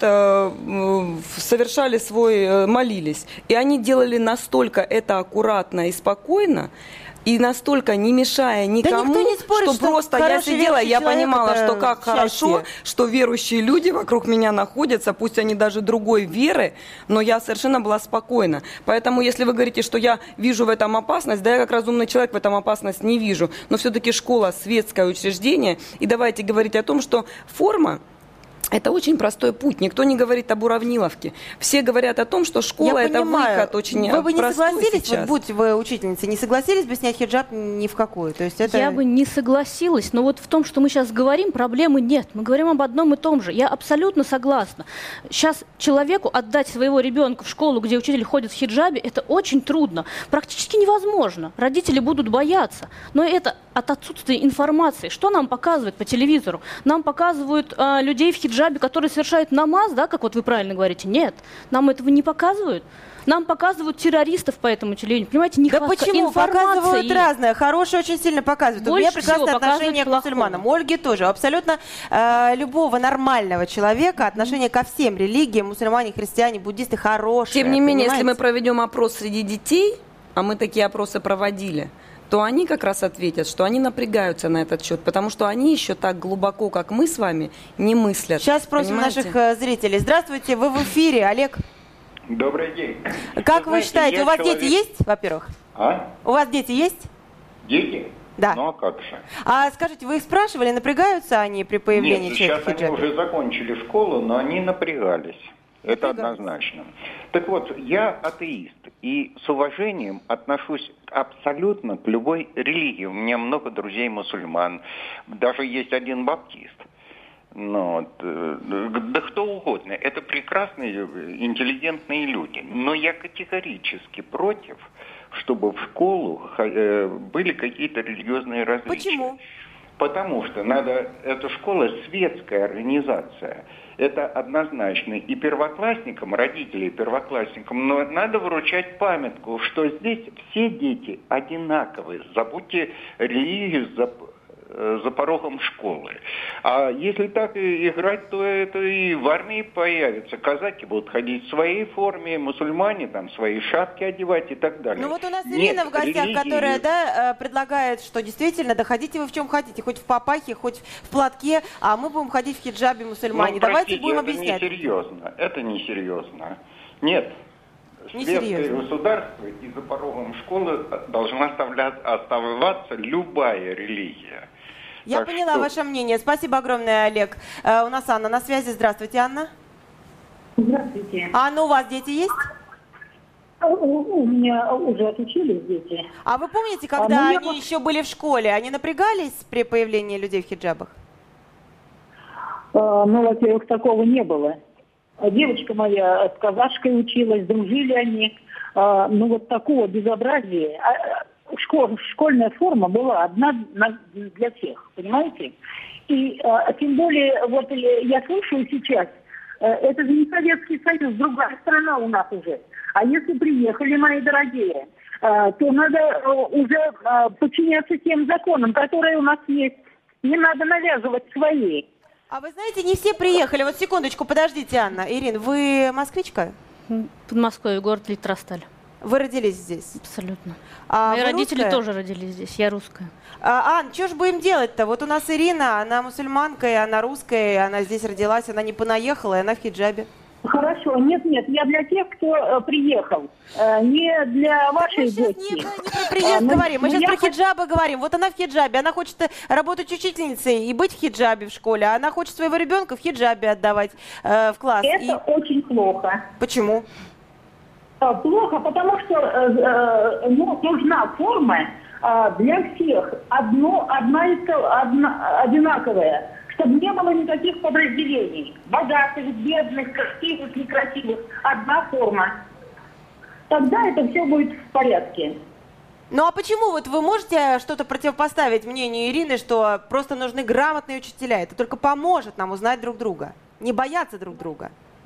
Speaker 8: совершали молились. И они делали настолько это аккуратно и спокойно, и настолько не мешая никому,
Speaker 2: не спорит,
Speaker 8: что просто я сидела, я понимала, что как хорошо, что верующие люди вокруг меня находятся, пусть они даже другой веры, но я совершенно была спокойна. Поэтому, если вы говорите, что я вижу в этом опасность, да, я как разумный человек в этом опасность не вижу, но все-таки школа, светское учреждение, и давайте говорить о том, что форма — это очень простой путь. Никто не говорит об уравниловке. Все говорят о том, что школа — это выход очень простой.
Speaker 2: Вы бы не согласились, вот будь вы учительницей, не согласились бы снять хиджаб ни в какую? То есть это...
Speaker 9: Я бы не согласилась, но вот в том, что мы сейчас говорим, проблемы нет. Мы говорим об одном и том же. Я абсолютно согласна. Сейчас человеку отдать своего ребенка в школу, где учитель ходит в хиджабе, это очень трудно. Практически невозможно. Родители будут бояться. Но это от отсутствия информации. Что нам показывают по телевизору? Нам показывают людей в хиджабе, которые совершают намаз, да, как вот вы правильно говорите. Нет, нам этого не показывают. Нам показывают террористов по этому телевидению. Понимаете, нехватка информации.
Speaker 2: Показывают разное. Хорошее очень сильно показывают. У меня прекрасное отношение к мусульманам. У Ольги тоже. Абсолютно любого нормального человека отношение ко всем религиям, мусульмане, христиане, буддисты, хорошее.
Speaker 8: Тем не менее, если мы проведем опрос среди детей, а мы такие опросы проводили, то они как раз ответят, что они напрягаются на этот счет, потому что они еще так глубоко, как мы с вами, не мыслят.
Speaker 2: Сейчас спросим наших зрителей. Здравствуйте, вы в эфире, Олег.
Speaker 13: Добрый день.
Speaker 2: Как вы считаете, у вас дети есть, во-первых? У вас дети есть?
Speaker 13: Дети?
Speaker 2: Да.
Speaker 13: Ну а как же?
Speaker 2: А скажите, вы их спрашивали, напрягаются они при появлении человека в хиджабе?
Speaker 13: Нет, сейчас они уже закончили школу, но они напрягались. Это однозначно. Так вот, я атеист и с уважением отношусь абсолютно к любой религии. У меня много друзей мусульман, даже есть один баптист. Да кто угодно. Это прекрасные, интеллигентные люди. Но я категорически против, чтобы в школу были какие-то религиозные различия.
Speaker 2: Почему?
Speaker 13: Потому что эта школа светская организация. Это однозначно. И первоклассникам, родителей первоклассникам, но надо вручать памятку, что здесь все дети одинаковые. Забудьте религию, за порогом школы. А если так играть, то это и в армии появится. Казаки будут ходить в своей форме, мусульмане там свои шапки одевать и так далее.
Speaker 2: Ну вот у нас Ирина в гостях, которая предлагает, что действительно, да ходите вы в чем хотите, хоть в папахе, хоть в платке, а мы будем ходить в хиджабе мусульмане. Давайте будем объяснять.
Speaker 13: Это несерьезно. Нет. Светское государство и за порогом школы должна оставаться любая религия.
Speaker 2: Я поняла ваше мнение. Спасибо огромное, Олег. У нас Анна на связи. Здравствуйте, Анна.
Speaker 14: Здравствуйте.
Speaker 2: Анна, у вас дети есть?
Speaker 14: У меня уже отучились дети.
Speaker 2: А вы помните, когда они еще были в школе, они напрягались при появлении людей в хиджабах?
Speaker 14: Ну, во-первых, такого не было. Девочка моя с казашкой училась, дружили они. Ну, вот такого безобразия. Школьная форма была одна для всех, понимаете? И тем более, вот я слушаю сейчас, это же не Советский Союз, другая страна у нас уже. А если приехали, мои дорогие, то надо уже подчиняться тем законам, которые у нас есть. Не надо навязывать свои.
Speaker 2: А вы знаете, не все приехали. Вот секундочку, подождите, Анна. Ирина, вы москвичка?
Speaker 9: Подмосковье, город Электросталь.
Speaker 2: Вы родились здесь?
Speaker 9: Абсолютно.
Speaker 2: А
Speaker 9: мои родители тоже родились здесь, я русская.
Speaker 2: Ань, что ж будем делать-то? Вот у нас Ирина, она мусульманка, и она русская, и она здесь родилась, она не понаехала, и она в хиджабе.
Speaker 14: Хорошо, нет, я для тех, кто приехал, не для вашей дочки.
Speaker 2: Мы сейчас не про приезд говорим, мы сейчас про хиджабы говорим. Вот она в хиджабе, она хочет работать учительницей и быть в хиджабе в школе, а она хочет своего ребенка в хиджабе отдавать в класс.
Speaker 14: Это очень плохо.
Speaker 2: Почему?
Speaker 14: Плохо, потому что нужна форма для всех, одинаковая. Чтобы не было никаких подразделений. Богатых, бедных, красивых, некрасивых. Одна форма. Тогда это все будет в порядке.
Speaker 2: Ну а почему вот вы можете что-то противопоставить мнению Ирины, что просто нужны грамотные учителя? Это только поможет нам узнать друг друга. Не бояться друг друга.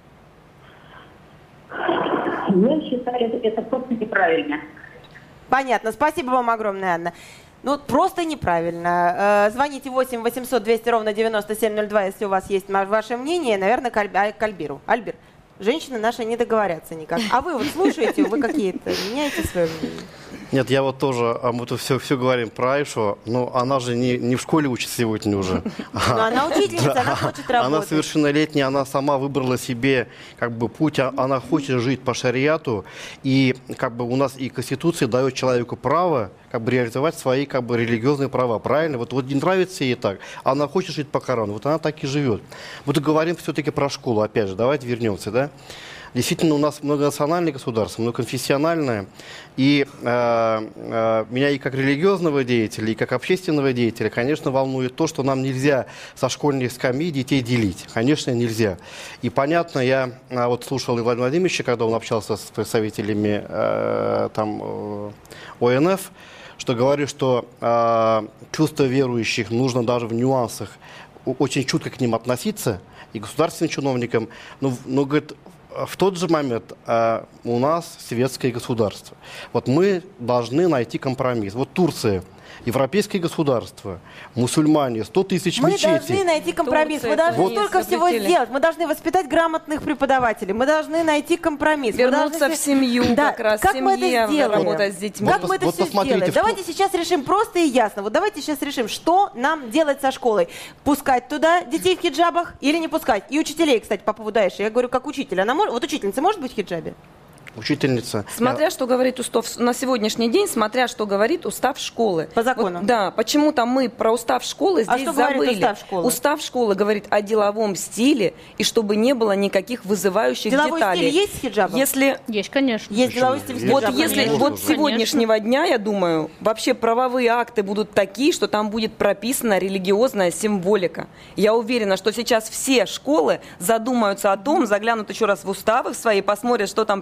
Speaker 14: Я считаю, это просто неправильно.
Speaker 2: Понятно. Спасибо вам огромное, Анна. Ну, просто неправильно. Звоните 8 800 200 ровно 9702, если у вас есть ваше мнение, наверное, к Альбиру. Альбир, женщины наши не договорятся никак. А вы вот слушаете, вы какие-то меняете свое мнение?
Speaker 7: Нет, я вот тоже, мы тут все говорим про Айшу, но она же не в школе учится сегодня уже.
Speaker 2: Но она учительница, она хочет работать.
Speaker 7: Она совершеннолетняя, она сама выбрала себе как бы путь, она хочет жить по шариату, и как бы у нас и Конституция дает человеку право как бы реализовать свои как бы религиозные права, правильно? Вот не нравится ей так, она хочет жить по Корану, вот она так и живет. Вот говорим все-таки про школу, опять же, давайте вернемся, да? Действительно, у нас многонациональное государство, многоконфессиональное, и меня и как религиозного деятеля, и как общественного деятеля, конечно, волнует то, что нам нельзя со школьной скамьи детей делить. Конечно, нельзя. И понятно, я вот слушал Ивана Владимировича, когда он общался с представителями ОНФ, что говорит, что чувство верующих нужно даже в нюансах очень чутко к ним относиться, и государственным чиновникам, но говорит, в тот же момент у нас светское государство. Вот мы должны найти компромисс. Вот Турция, европейское государство, мусульмане, 100 тысяч мечетей.
Speaker 2: Мы должны найти компромисс. Мы должны столько всего сделать. Мы должны воспитать грамотных преподавателей. Мы должны найти компромисс.
Speaker 8: Вернуться в семью, как раз.
Speaker 2: Как мы это сделаем?
Speaker 8: Работать с детьми.
Speaker 2: Как мы это все сделаем? Давайте сейчас решим просто и ясно. Вот давайте сейчас решим, что нам делать со школой. Пускать туда детей в хиджабах или не пускать? И учителей, кстати, по поводу Айши. Я говорю, как учитель. Вот учительница может быть в хиджабе?
Speaker 7: Учительница.
Speaker 8: Смотря что говорит устав на сегодняшний день, смотря что говорит устав школы.
Speaker 2: По закону.
Speaker 8: Вот, да, почему-то мы про устав школы здесь
Speaker 2: что
Speaker 8: забыли.
Speaker 2: Говорит устав школы?
Speaker 8: Устав школы говорит о деловом стиле и чтобы не было никаких вызывающих
Speaker 2: деловой
Speaker 8: деталей.
Speaker 2: Деловой стиль есть в хиджабах?
Speaker 8: Если
Speaker 9: есть, конечно.
Speaker 2: Есть деловой стиль в хиджабах.
Speaker 8: Вот с сегодняшнего дня, я думаю, вообще правовые акты будут такие, что там будет прописана религиозная символика. Я уверена, что сейчас все школы задумаются о том, заглянут еще раз в уставы свои, посмотрят, что там прописано.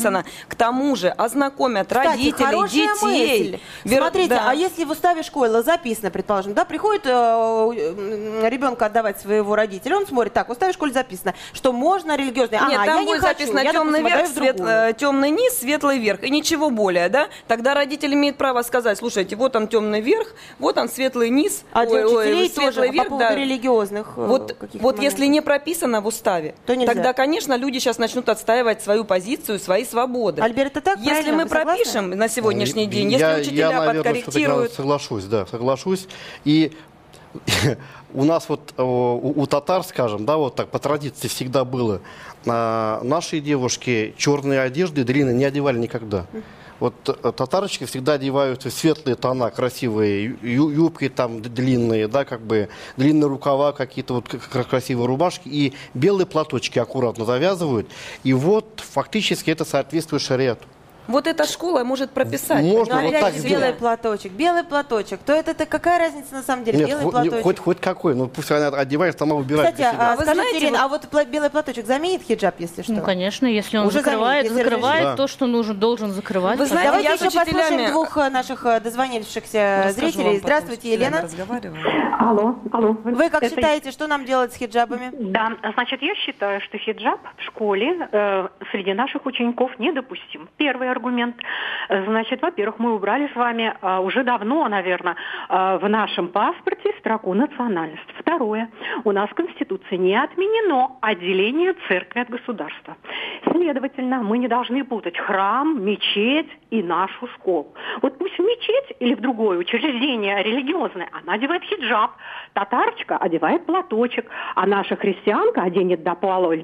Speaker 8: прописано. К тому же ознакомят родителей, детей.
Speaker 2: Смотрите,
Speaker 8: Да.
Speaker 2: а если в уставе школы записано, предположим, да, приходит ребенка отдавать своего родителя, он смотрит, так, в уставе школы записано, что можно религиозное.
Speaker 8: Нет,
Speaker 2: ага,
Speaker 8: там
Speaker 2: я
Speaker 8: будет
Speaker 2: не хочу,
Speaker 8: записано
Speaker 2: я,
Speaker 8: темный
Speaker 2: допустим,
Speaker 8: верх,
Speaker 2: отдаю в другую.
Speaker 8: темный низ, светлый верх, и ничего более, да? Тогда родитель имеет право сказать, слушайте, вот он темный верх, вот он светлый низ,
Speaker 2: А для учителей
Speaker 8: светлый
Speaker 2: тоже
Speaker 8: верх,
Speaker 2: по поводу
Speaker 8: да.
Speaker 2: религиозных
Speaker 8: Вот если не прописано в уставе,
Speaker 2: то нельзя.
Speaker 8: тогда, конечно, люди сейчас начнут отстаивать свою позицию, свои свободы.
Speaker 2: Альберт, это так?
Speaker 8: Если
Speaker 2: правильно?
Speaker 8: мы
Speaker 2: Вы согласны?
Speaker 8: пропишем на сегодняшний день,
Speaker 7: Я,
Speaker 8: если учителя
Speaker 7: наверное,
Speaker 8: подкорректируют...
Speaker 7: соглашусь. И у нас вот у татар, скажем, да, вот так по традиции всегда было, наши девушки черные одежды длинные не одевали никогда. Вот татарочки всегда одевают светлые тона, красивые, юбки там длинные, да, как бы длинные рукава, какие-то вот красивые рубашки, и белые платочки аккуратно завязывают. И вот фактически это соответствует шариату.
Speaker 8: Вот эта школа может прописать.
Speaker 7: Можно
Speaker 2: Но
Speaker 7: вот
Speaker 2: опять
Speaker 7: так
Speaker 2: же,
Speaker 7: сделать.
Speaker 2: белый платочек. То это какая разница на самом деле?
Speaker 7: Нет,
Speaker 2: белый платочек.
Speaker 7: хоть какой, ну пусть она одевает, сама выбирает.
Speaker 2: Кстати,
Speaker 7: для себя.
Speaker 2: скажите,
Speaker 8: знаете,
Speaker 2: Ирина, а вот белый платочек заменит хиджаб, если что?
Speaker 9: Ну, конечно, если он
Speaker 2: Уже
Speaker 9: закрывает
Speaker 2: заменит, если
Speaker 7: разрешено.
Speaker 9: то, что нужно, должен закрывать.
Speaker 8: Вы знаете,
Speaker 2: Давайте
Speaker 8: я
Speaker 2: еще
Speaker 8: с учителями-
Speaker 2: послушаем двух наших дозвонившихся зрителей. Здравствуйте, Елена.
Speaker 15: Алло.
Speaker 2: Вы как
Speaker 15: Это-
Speaker 2: считаете, что нам делать с хиджабами?
Speaker 15: Да, значит, я считаю, что хиджаб в школе среди наших учеников недопустим. Первый аргумент. Значит, во-первых, мы убрали с вами уже давно, наверное, в нашем паспорте строку национальность. Второе. У нас в Конституции не отменено отделение церкви от государства. Следовательно, мы не должны путать храм, мечеть и нашу школу. Вот пусть в мечеть или в другое учреждение религиозное она одевает хиджаб, татарочка одевает платочек, а наша христианка оденет до полу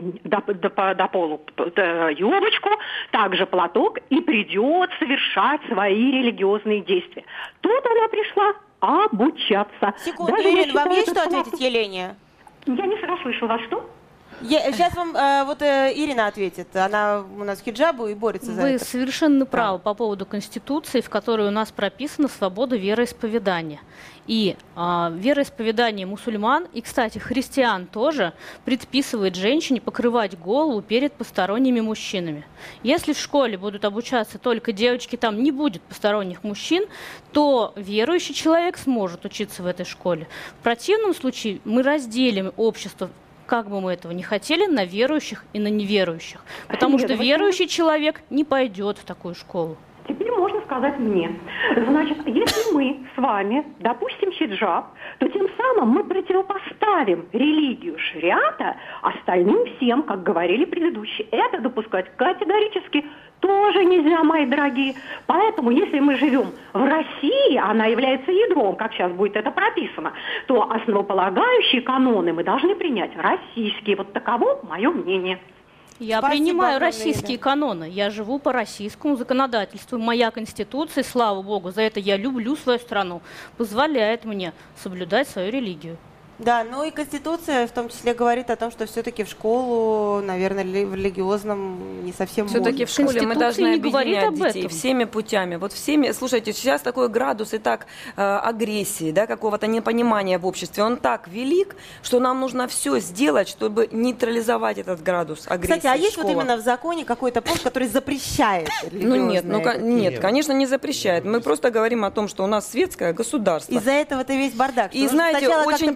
Speaker 15: юбочку, также платок и придет совершать свои религиозные действия. Тут она пришла обучаться.
Speaker 2: Секунду,
Speaker 15: Даже я
Speaker 2: Ирина, вам
Speaker 15: считаю,
Speaker 2: есть что
Speaker 15: это
Speaker 2: ответить Елене?
Speaker 15: Я не расслышала, вас что?
Speaker 2: Сейчас вам Ирина ответит. Она у нас в хиджабу и борется за
Speaker 9: Вы
Speaker 2: это.
Speaker 9: совершенно правы по поводу Конституции, в которой у нас прописана свобода вероисповедания. И вероисповедание мусульман, и, кстати, христиан тоже, предписывает женщине покрывать голову перед посторонними мужчинами. Если в школе будут обучаться только девочки, там не будет посторонних мужчин, то верующий человек сможет учиться в этой школе. В противном случае мы разделим общество, как бы мы этого не хотели, на верующих и на неверующих. Потому что верующий человек не пойдет в такую школу.
Speaker 15: Теперь можно сказать мне. Значит, если мы с вами допустим хиджаб, то тем самым мы противопоставим религию шариата остальным всем, как говорили предыдущие. Это допускать категорически тоже нельзя, мои дорогие. Поэтому, если мы живем в России, она является ядром, как сейчас будет это прописано, то основополагающие каноны мы должны принять российские. Вот таково мое мнение.
Speaker 9: Я
Speaker 2: Спасибо
Speaker 9: принимаю
Speaker 2: огромное,
Speaker 9: российские каноны. Я живу по российскому законодательству. Моя конституция, слава богу, за это я люблю свою страну, позволяет мне соблюдать свою религию.
Speaker 2: Да, ну и Конституция в том числе говорит о том, что все-таки в школу, наверное, в религиозном не совсем
Speaker 8: Все-таки в школе мы должны объединять детей всеми путями. Вот всеми, слушайте, сейчас такой градус и так агрессии, да, какого-то непонимания в обществе, он так велик, что нам нужно все сделать, чтобы нейтрализовать этот градус агрессии.
Speaker 2: Кстати, а есть вот именно в законе какой-то пункт, который запрещает религиозное?
Speaker 8: Нет, конечно, не запрещает. Мы просто говорим о том, что у нас светское государство.
Speaker 2: Из-за этого-то весь бардак.
Speaker 8: И знаете, очень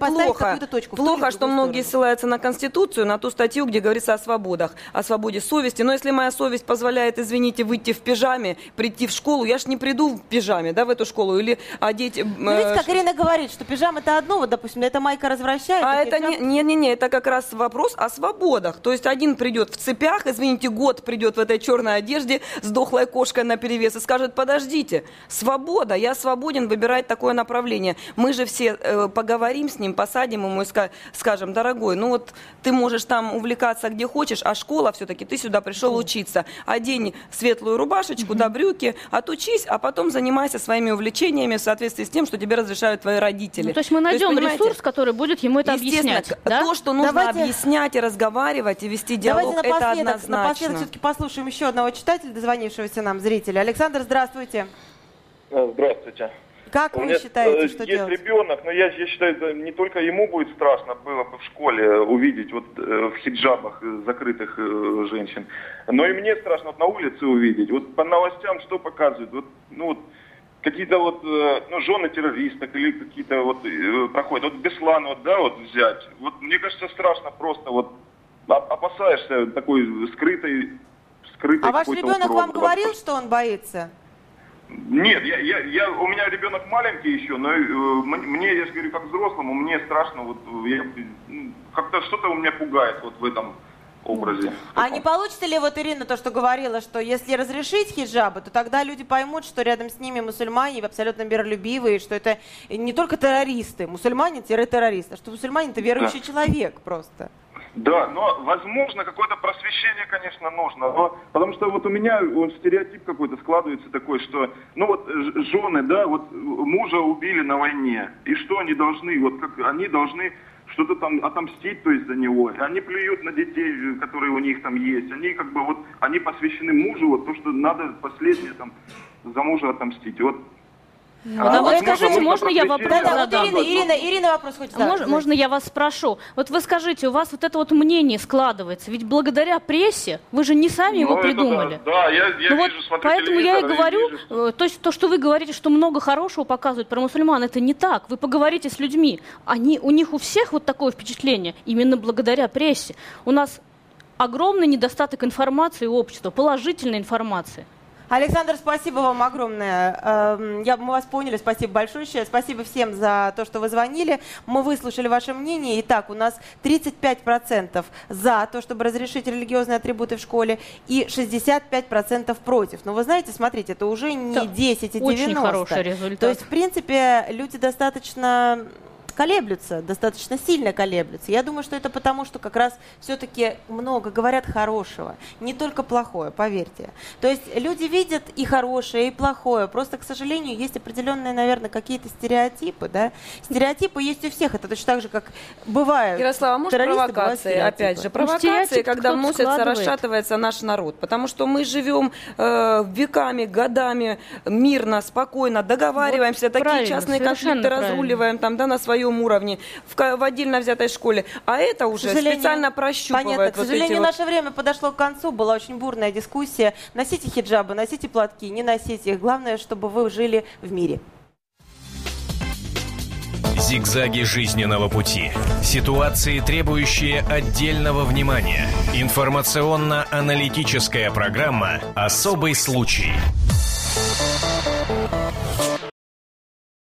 Speaker 8: плохо, что многие ссылаются на Конституцию, на ту статью, где говорится о свободах, о свободе совести. Но если моя совесть позволяет, извините, выйти в пижаме, прийти в школу, я ж не приду в пижаме, да, в эту школу, или одеть...
Speaker 2: Ну, видите, как Ирина говорит, что пижама это одно, вот, допустим, эта майка развращает.
Speaker 8: А это не, это как раз вопрос о свободах. То есть один придет в цепях, извините, год придет в этой черной одежде с дохлой кошкой наперевес и скажет: подождите, свобода, я свободен выбирать такое направление. Мы же все поговорим с ним, посадим ему и скажем: дорогой, ну вот ты можешь там увлекаться где хочешь, а школа все-таки, ты сюда пришел учиться. Одень светлую рубашечку, да, брюки, отучись, а потом занимайся своими увлечениями в соответствии с тем, что тебе разрешают твои родители.
Speaker 9: Ну, то есть мы найдем ресурс, который будет ему это объяснять. Да?
Speaker 8: То, что нужно объяснять и разговаривать, и вести диалог, это однозначно.
Speaker 2: Напоследок все-таки послушаем еще одного читателя, дозвонившегося нам, зрителя. Александр, здравствуйте.
Speaker 16: Здравствуйте.
Speaker 2: Как вы считаете, что
Speaker 16: есть
Speaker 2: делать?
Speaker 16: Есть ребенок, но я считаю, это не только ему будет страшно было бы в школе увидеть вот в хиджабах закрытых женщин, но и мне страшно вот на улице увидеть. Вот по новостям что показывают? Вот, ну вот какие-то вот жены террористок или какие-то вот проходят. Вот Беслан вот, да, вот взять. Вот мне кажется, страшно просто вот опасаешься такой скрытой.
Speaker 2: А ваш ребенок вам говорил, что он боится?
Speaker 16: Нет, у меня ребенок маленький еще, но мне, я же говорю, как взрослому, мне страшно, вот как-то что-то у меня пугает вот в этом образе.
Speaker 2: А не получится ли вот Ирина то, что говорила, что если разрешить хиджабы, то тогда люди поймут, что рядом с ними мусульмане абсолютно миролюбивые, что это не только террористы, мусульмане-террористы, а что мусульманин-то верующий человек просто.
Speaker 16: Да, но, возможно, какое-то просвещение, конечно, нужно. Но, потому что вот у меня стереотип какой-то складывается такой, что, ну вот, жены, да, вот мужа убили на войне. И что они должны? Вот как они должны что-то там отомстить, то есть за него. Они плюют на детей, которые у них там есть. Они как бы вот, они посвящены мужу, вот то, что надо последнее там за мужа отомстить. Вот.
Speaker 9: Вот скажите, можно я вопрос задам?
Speaker 2: Ирина вопрос хочет задать.
Speaker 9: Можно я вас спрошу? Вот вы скажите, у вас вот это вот мнение складывается, ведь благодаря прессе, вы же не сами его придумали.
Speaker 16: Да, я вижу, смотрю
Speaker 9: поэтому я и говорю, то есть то, что вы говорите, что много хорошего показывают про мусульман, это не так. Вы поговорите с людьми, у них у всех вот такое впечатление, именно благодаря прессе. У нас огромный недостаток информации у общества, положительной информации.
Speaker 2: Александр, спасибо вам огромное. Мы вас поняли, спасибо большое. Спасибо всем за то, что вы звонили. Мы выслушали ваше мнение. Итак, у нас 35% за то, чтобы разрешить религиозные атрибуты в школе, и 65% против. Но вы знаете, смотрите, это уже не 10 и 90.
Speaker 9: Очень хороший результат.
Speaker 2: То есть, в принципе, люди достаточно колеблются, достаточно сильно колеблются. Я думаю, что это потому, что как раз все-таки много говорят хорошего, не только плохое, поверьте. То есть люди видят и хорошее, и плохое. Просто, к сожалению, есть определенные, наверное, какие-то стереотипы, да? Стереотипы есть у всех. Это точно так же, как бывают.
Speaker 8: Ярослава, может, провокации, опять же. Провокации, когда вносятся, расшатывается наш народ. Потому что мы живем веками, годами, мирно, спокойно, договариваемся, вот такие частные конфликты разруливаем там, да, на своем уровне, в отдельно взятой школе. А это уже специально прощупывает.
Speaker 2: Понятно. К сожалению, наше время подошло к концу. Была очень бурная дискуссия. Носите хиджабы, носите платки, не носите их. Главное, чтобы вы жили в мире.
Speaker 1: Зигзаги жизненного пути. Ситуации, требующие отдельного внимания. Информационно-аналитическая программа «Особый случай».